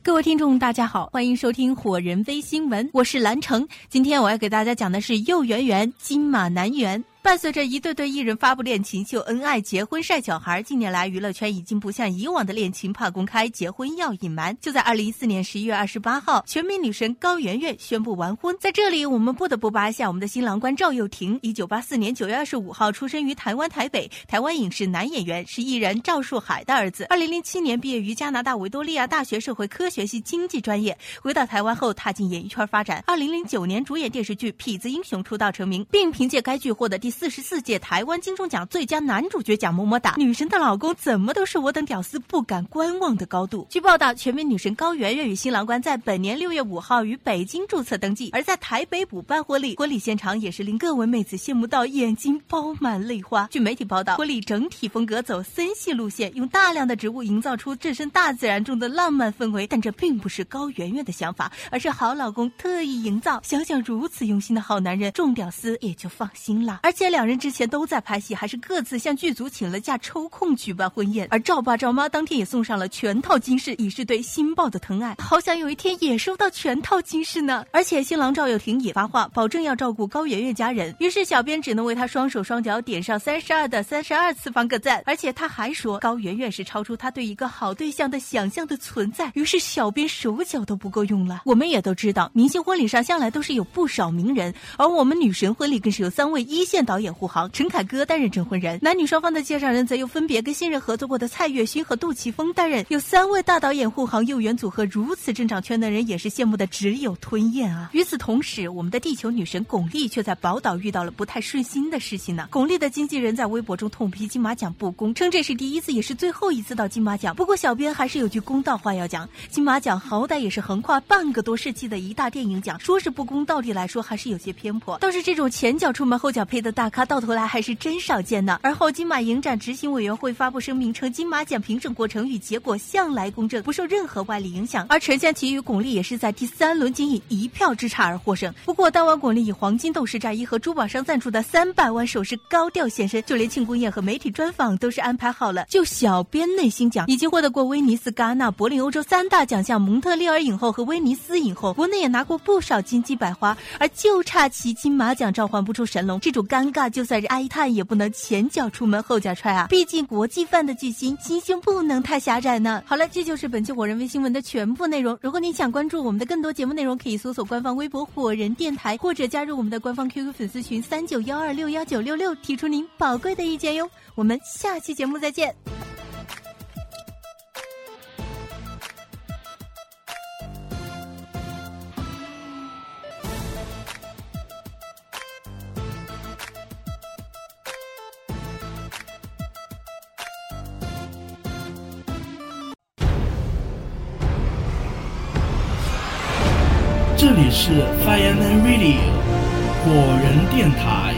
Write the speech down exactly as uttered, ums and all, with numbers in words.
各位听众大家好，欢迎收听火人微新闻，我是蓝城。今天我要给大家讲的是幼圆圆金马男圆。伴随着一对对艺人发布恋情、秀恩爱、结婚、晒小孩，近年来娱乐圈已经不像以往的恋情怕公开，结婚要隐瞒。就在二零一四年十一月二十八号，全民女神高圆圆宣布完婚。在这里，我们不得不扒一下我们的新郎官赵又廷。一九八四年九月二十五号出生于台湾台北，台湾影视男演员，是艺人赵树海的儿子。二零零七年毕业于加拿大维多利亚大学社会科学系经济专业，回到台湾后踏进演艺圈发展。二零零九年主演电视剧《痞子英雄》出道成名，并凭借该剧获得第四十四届台湾金钟奖最佳男主角奖，么么哒！女神的老公怎么都是我等屌丝不敢观望的高度。据报道，全民女神高圆圆与新郎官在本年六月五号于北京注册登记，而在台北补办婚礼，婚礼现场也是令各位妹子羡慕到眼睛包满泪花。据媒体报道，婚礼整体风格走森系路线，用大量的植物营造出置身大自然中的浪漫氛围，但这并不是高圆圆的想法，而是好老公特意营造。想想如此用心的好男人，众屌丝也就放心了。而且两人之前都在拍戏，还是各自向剧组请了假抽空举办婚宴，而赵爸赵妈当天也送上了全套金饰，以示对新抱的疼爱。好想有一天也收到全套金饰呢。而且新郎赵又廷也发话，保证要照顾高圆圆家人，于是小编只能为他双手双脚点上三十二的三十二次方个赞。而且他还说高圆圆是超出他对一个好对象的想象的存在，于是小编手脚都不够用了。我们也都知道，明星婚礼上向来都是有不少名人，而我们女神婚礼更是有三位一线导演护航，陈凯歌担任证婚人，男女双方的介绍人则又分别跟新人合作过的蔡岳勋和杜琪峰担任，有三位大导演护航，幼圆组合如此增长圈的人也是羡慕的只有吞咽啊。与此同时，我们的地球女神巩俐却在宝岛遇到了不太顺心的事情呢。巩俐的经纪人在微博中痛批金马奖不公，称这是第一次也是最后一次到金马奖。不过小编还是有句公道话要讲，金马奖好歹也是横跨半个多世纪的一大电影奖，说是不公，道理来说还是有些偏颇。倒是这种前脚出门后脚配的大咖，到头来还是真少见呢。而后金马影展执行委员会发布声明称，金马奖评审过程与结果向来公正，不受任何外力影响。而陈翔奇与巩俐也是在第三轮仅以一票之差而获胜。不过当晚巩俐以黄金斗士战衣和珠宝商赞助的三百万首饰高调现身，就连庆功宴和媒体专访都是安排好了。就小编内心奖，已经获得过威尼斯、戛纳、柏林欧洲三大奖项，蒙特利尔影后和威尼斯影后，国内也拿过不少金鸡百花，而就差其金马奖召唤不出神龙，这种尴尬就算是哀叹也不能前脚出门后脚踹啊！毕竟国际范的巨星，心胸不能太狭窄呢。好了，这就是本期火人微新闻的全部内容。如果你想关注我们的更多节目内容，可以搜索官方微博火人电台，或者加入我们的官方 Q Q 粉丝群三九幺二六幺九六六，提出您宝贵的意见哟。我们下期节目再见。 这里是 Fireman Radio 火人电台。